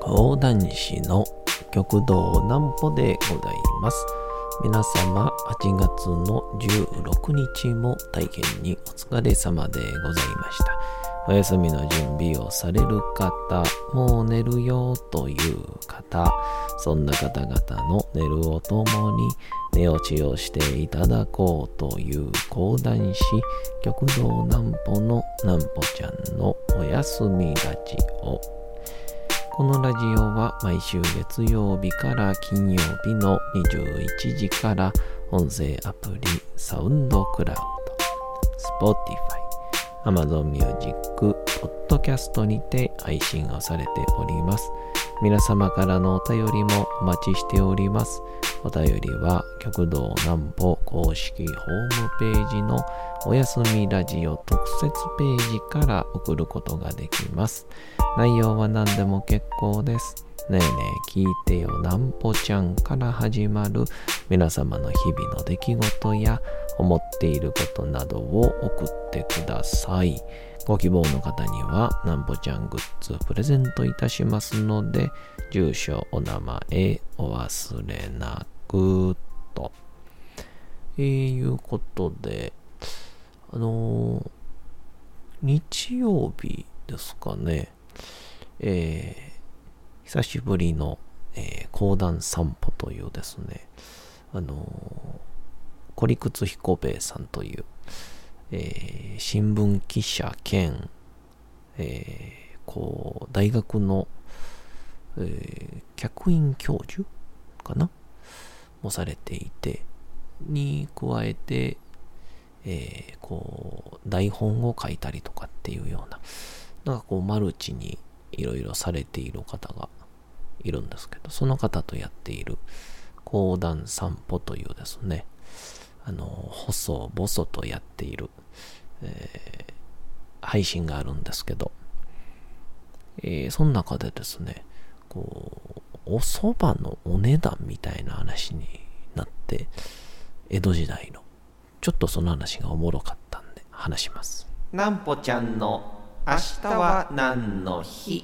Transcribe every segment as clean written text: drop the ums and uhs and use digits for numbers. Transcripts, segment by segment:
講談師の極道南歩でございます。皆様8月の16日も大変にお疲れ様でございました。お休みの準備をされる方、もう寝るよという方、そんな方々の寝るをともに寝落ちをしていただこうという講談師極道南歩の南歩ちゃんのおやすみラジオ。このラジオは毎週月曜日から金曜日の21時から音声アプリサウンドクラウド、Spotify、Amazon Music、Podcast にて配信をされております。皆様からのお便りもお待ちしております。お便りは極道南歩公式ホームページのおやすみラジオ特設ページから送ることができます。内容は何でも結構です。ねえねえ聞いてよ南歩ちゃんから始まる皆様の日々の出来事や思っていることなどを送ってください。ご希望の方には南歩ちゃんグッズプレゼントいたしますので、住所お名前お忘れなくということで、日曜日ですかね、久しぶりの、講談散歩というですね、小理屈彦兵衛さんという、新聞記者兼、大学の、客員教授かなもされていて、に加えて、台本を書いたりとかっていうような、マルチにいろいろされている方がいるんですけど、その方とやっている講談散歩というですね、細々とやっている、配信があるんですけど、その中でですね、お蕎麦のお値段みたいな話になって、江戸時代のちょっとその話がおもろかったんで話します。 南歩ちゃんの明日は何の日。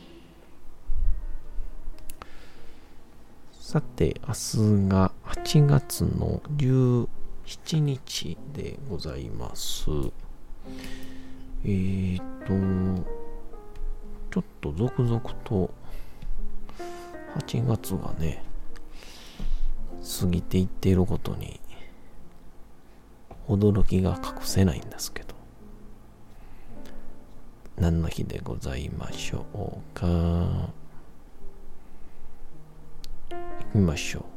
さて、明日が8月の17日でございます。ちょっと続々と8月がね、過ぎていっていることに驚きが隠せないんですけど、何の日でございましょうか。行きましょう。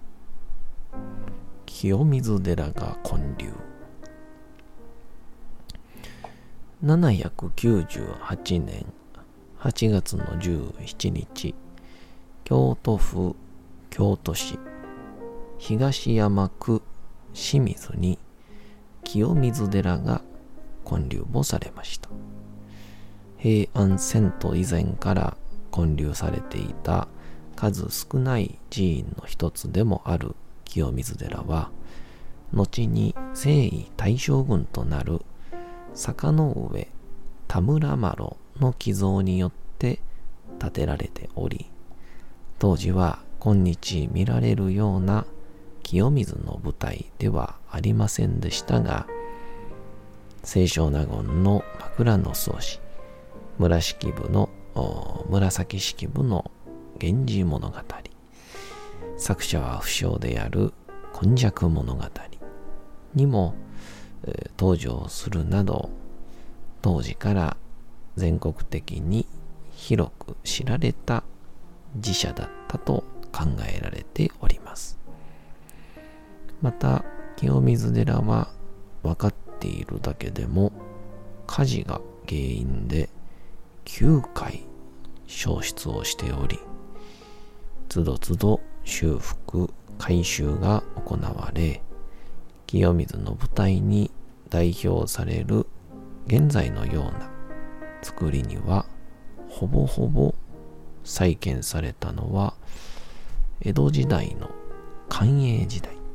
清水寺が建立。798年8月の17日、京都府京都市東山区清水に清水寺が建立もされました。平安遷都以前から建立されていた数少ない寺院の一つでもある清水寺は、後に征夷大将軍となる坂上田村麻呂の寄贈によって建てられており、当時は今日見られるような清水の舞台ではありませんでしたが、清少納言の枕草子、紫式部の源氏物語、作者は不詳である今昔物語にも、登場するなど、当時から全国的に広く知られた寺社だったと考えられております。また清水寺は分かっているだけでも火事が原因で9回焼失をしており、つどつど修復改修が行われ、清水の舞台に代表される現在のような作りにはほぼほぼ再建されたのは江戸時代の寛永時代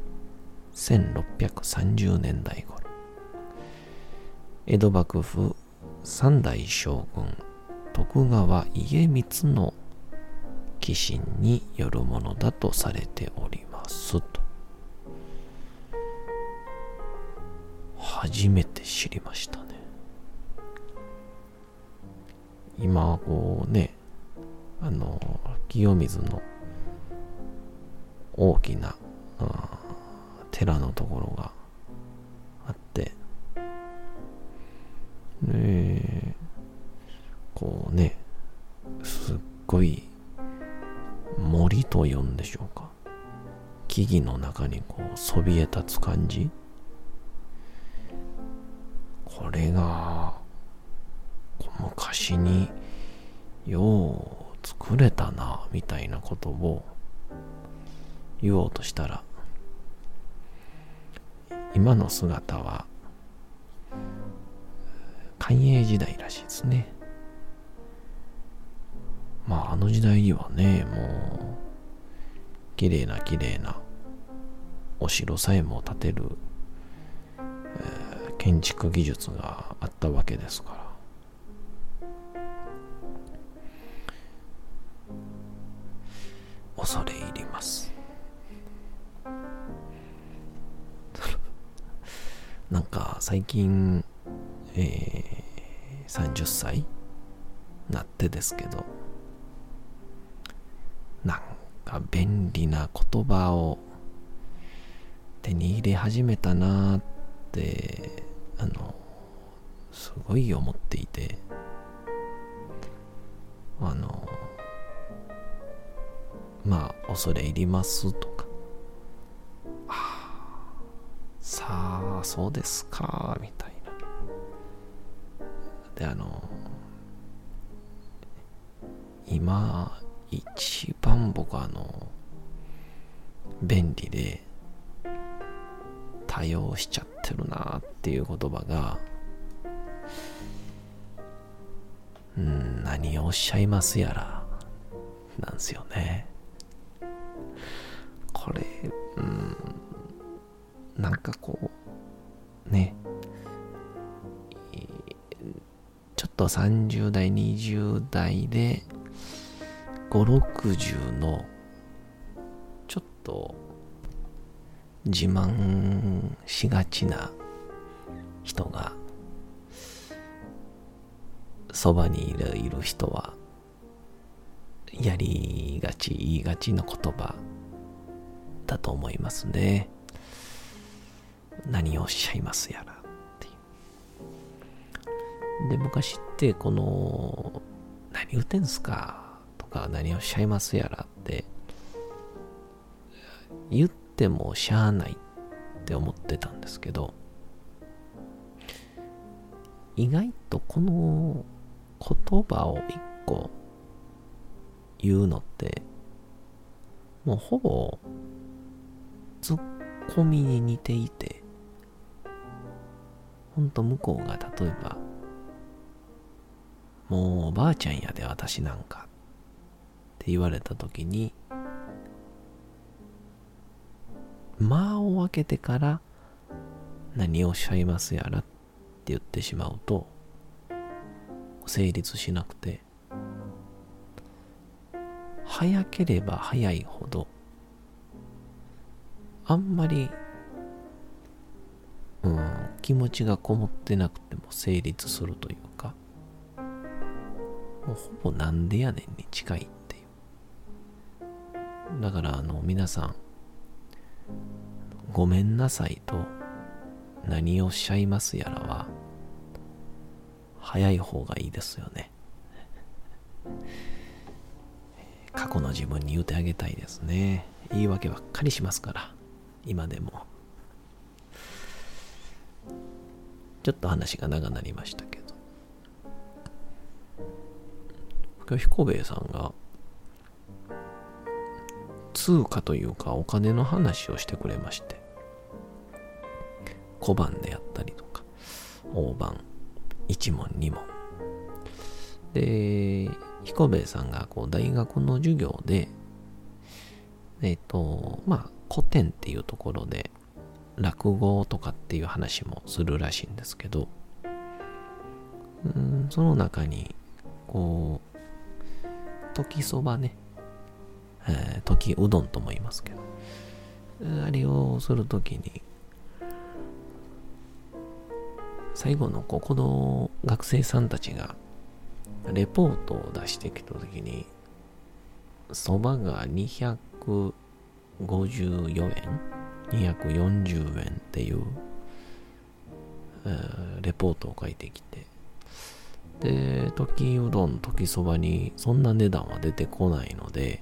1630年代頃、江戸幕府三代将軍徳川家光の鬼神によるものだとされておりますと。初めて知りましたね。今こうね、清水の大きな寺のところがあって、こうね、すっごい森と呼んでしょうか、木々の中にこうそびえ立つ感じ、これが昔によう作れたなみたいなことを言おうとしたら、今の姿は寛永時代らしいですね。まああの時代にはね、もう綺麗なお城さえも建てる、建築技術があったわけですから、恐れ入ります。なんか最近、30歳なってですけど、なんか便利な言葉を手に入れ始めたなーってすごい思っていて、まあ恐れ入りますとか、さあそうですかみたいなで、今一番僕便利で多用しちゃってるなっていう言葉が、何をおっしゃいますやらなんですよね。これなんかこうね、ちょっと30代20代で5、60のちょっと自慢しがちな人がそばにいる人はやりがち言いがちな言葉だと思いますね。何をおっしゃいますやらっていう。で、昔ってこの何言ってんすかとか何をおっしゃいますやらって言ってもしゃあないって思ってたんですけど、意外とこの言葉を一個言うのってもうほぼツッコミに似ていて、ほんと向こうが例えばもうおばあちゃんやで私なんかって言われた時に、間を空けてから何をおっしゃいますやらって言ってしまうと成立しなくて、早ければ早いほどあんまり気持ちがこもってなくても成立するというか、もうほぼなんでやねんに近いっていう。だから皆さんごめんなさいと何をおっしゃいますやらは早い方がいいですよね。過去の自分に言うてあげたいですね。言い訳ばっかりしますから今でも。ちょっと話が長なりましたけど、今日彦兵衛さんが通貨というかお金の話をしてくれまして、小判であったりとか大判一文二文で、彦兵衛さんがこう大学の授業で古典っていうところで落語とかっていう話もするらしいんですけど、その中にこう時そばね、 時うどんとも言いますけど、あれをするときに、最後の学生さんたちがレポートを出してきたときに、そばが254円240円っていう、レポートを書いてきて、で、時うどん、時そばにそんな値段は出てこないので、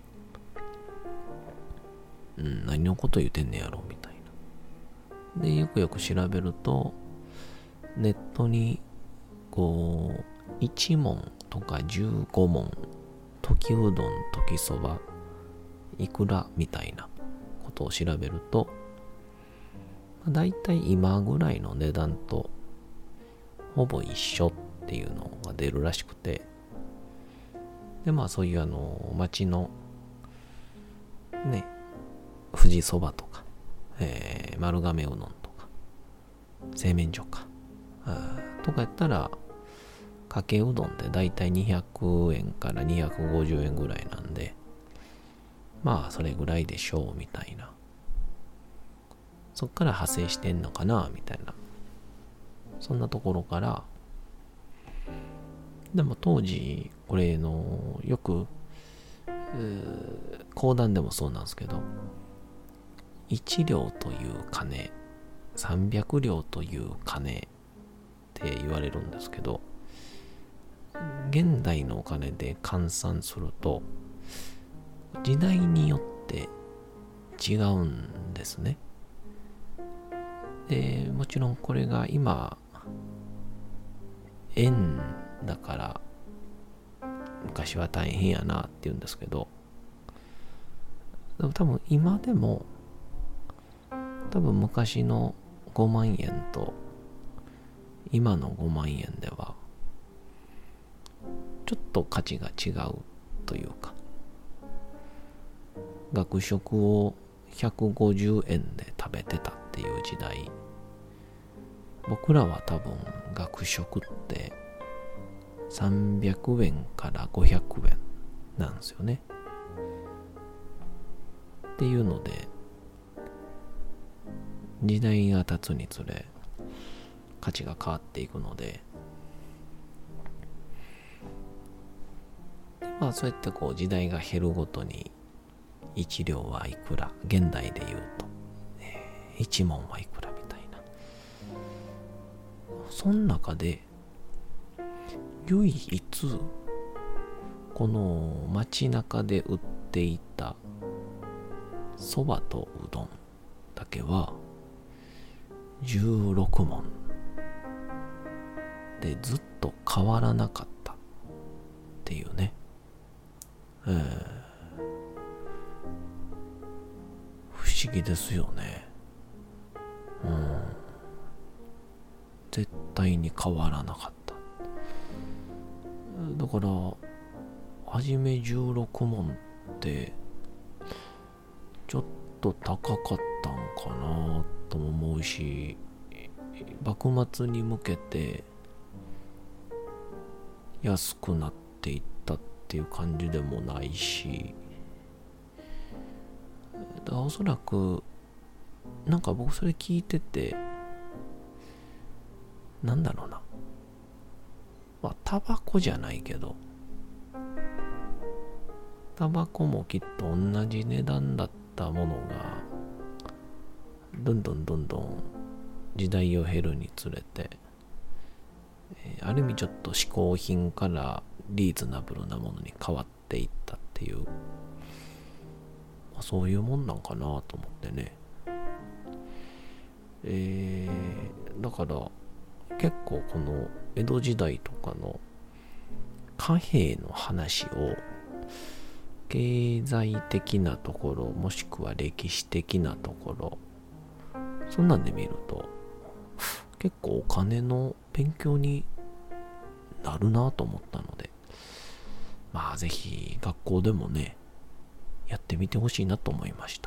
何のこと言うてんねやろみたいな。で、よくよく調べると、ネットに1問とか15問、時うどん、時そばいくらみたいなことを調べると、だいたい今ぐらいの値段とほぼ一緒っていうのが出るらしくて、でそういう町のね、富士そばとか、丸亀うどんとか製麺所かとかやったら、かけうどんってだいたい200円から250円ぐらいなんで、それぐらいでしょうみたいな、そっから派生してんのかなみたいな、そんなところから。でも当時これのよく講談でもそうなんですけど、1両という金、300両という金って言われるんですけど、現代のお金で換算すると時代によって違うんですね。で、もちろんこれが今円だから昔は大変やなって言うんですけど、でも多分今でも昔の5万円と今の5万円ではちょっと価値が違うというか、学食を150円で食べてたっていう時代、僕らは多分学食って300円から500円なんですよね。っていうので、時代が経つにつれ価値が変わっていくので、そうやって時代が減るごとに1両はいくら、現代で言うと、1問はいくらみたいな。その中で唯一この街中で売っていたそばとうどんだけは16問でずっと変わらなかったっていうね。不思議ですよね。絶対に変わらなかった。だから初め16問ってちょっと高かったんかなとも思うし、幕末に向けて安くなっていったっていう感じでもないし、だからおそらく僕それ聞いてて、なんだろうな、タバコじゃないけど、タバコもきっと同じ値段だったものがどんどん時代を経るにつれて、ある意味ちょっと嗜好品からリーズナブルなものに変わっていったっていう、そういうもんなんかなと思ってね。だから結構この江戸時代とかの貨幣の話を経済的なところ、もしくは歴史的なところ、そんなんで見ると結構お金の勉強になるなと思ったので、ぜひ学校でもねやってみてほしいなと思いました。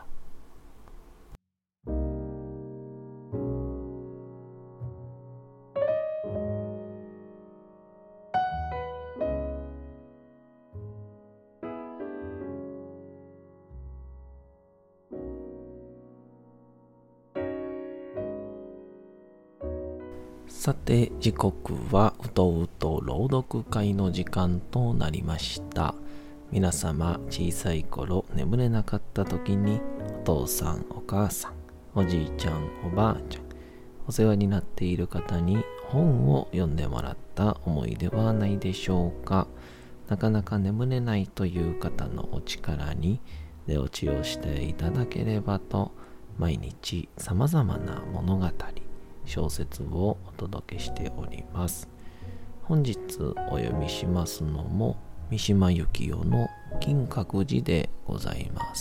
さて、時刻はうとうと朗読会の時間となりました。皆様、小さい頃眠れなかった時にお父さん、お母さん、おじいちゃん、おばあちゃん、お世話になっている方に本を読んでもらった思い出はないでしょうか。なかなか眠れないという方のお力に出落ちをしていただければと、毎日様々な物語、小説をお届けしております。本日お読みしますのも三島由紀夫の金閣寺でございます。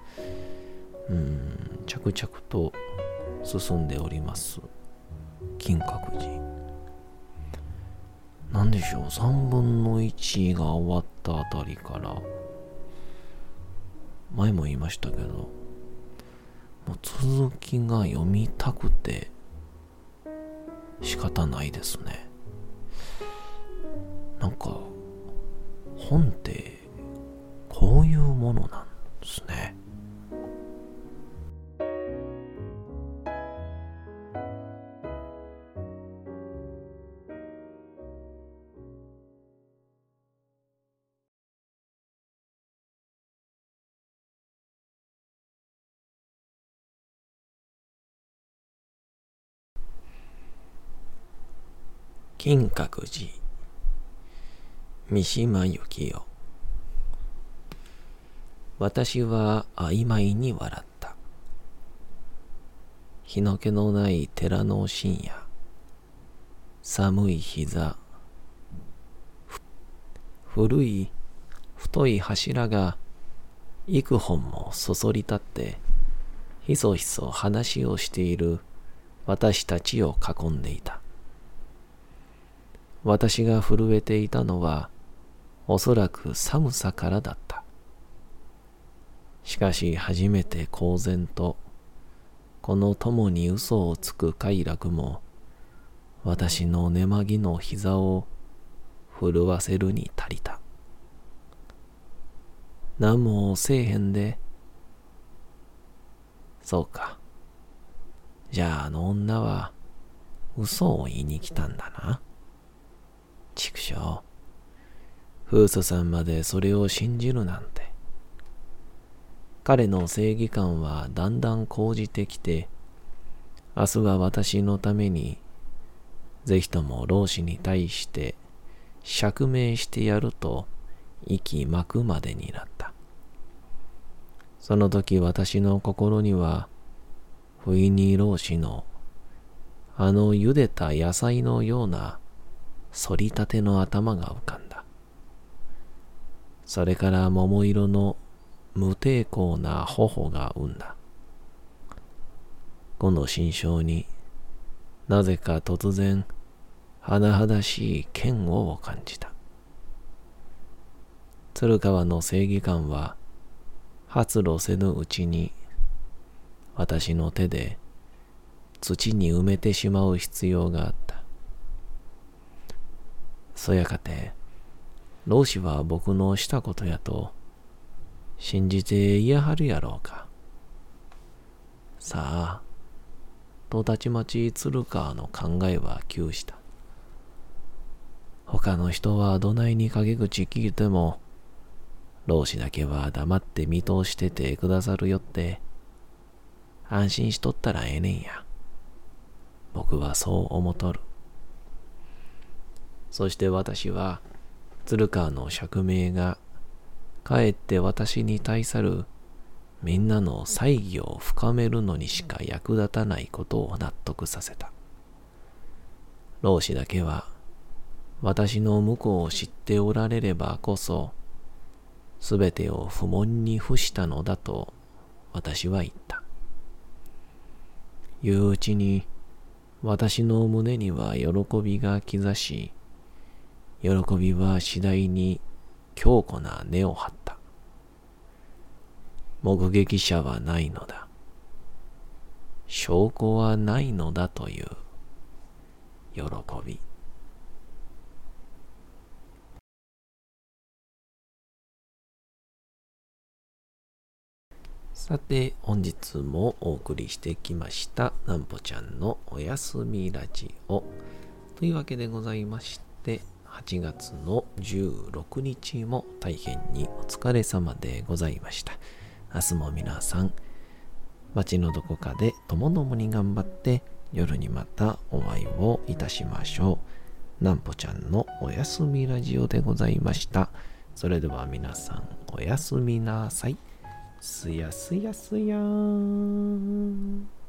着々と進んでおります金閣寺。なんでしょう、3分の1が終わったあたりから前も言いましたけど、もう続きが読みたくて仕方ないですね。なんか本ってこういうものなんですね。金閣寺、三島由紀夫。私は曖昧に笑った。日の気のない寺の深夜、寒い膝、古い太い柱が幾本もそそり立ってひそひそ話をしている私たちを囲んでいた。私が震えていたのはおそらく寒さからだった。しかし初めて公然とこの友に嘘をつく快楽も私の寝まぎの膝を震わせるに足りた。何もせえへんで。そうか。じゃああの女は嘘を言いに来たんだな。畜生。フースさんまでそれを信じるなんて。彼の正義感はだんだん高じてきて、明日は私のためにぜひとも老子に対して釈明してやると息巻くまでになった。その時私の心には不意に老子のあの茹でた野菜のような反りたての頭が浮かんだ。それから桃色の無抵抗な頬が生んだ。この心象になぜか突然甚だしい嫌悪を感じた。鶴川の正義感は発露せぬうちに私の手で土に埋めてしまう必要があった。そやかて老子は僕のしたことやと信じていやはるやろうか。さあ、とたちまち鶴川の考えは窮した。他の人はどないに陰口聞いても、老子だけは黙って見通しててくださるよって、安心しとったらええねんや。僕はそう思とる。そして私は、鶴川の釈明が、かえって私に対するみんなの猜疑を深めるのにしか役立たないことを納得させた。老子だけは私の向こうを知っておられればこそ、すべてを不問に付したのだと私は言った。言ううちに私の胸には喜びが刻し、喜びは次第に強固な根を張った。目撃者はないのだ。証拠はないのだという喜び。 さて本日もお送りしてきましたなんぽちゃんのおやすみラジオというわけでございまして、8月の16日も大変にお疲れ様でございました。明日も皆さん街のどこかでともどもに頑張って夜にまたお会いをいたしましょう。なんぽちゃんのおやすみラジオでございました。それでは皆さんおやすみなさい。すやすやすやーん。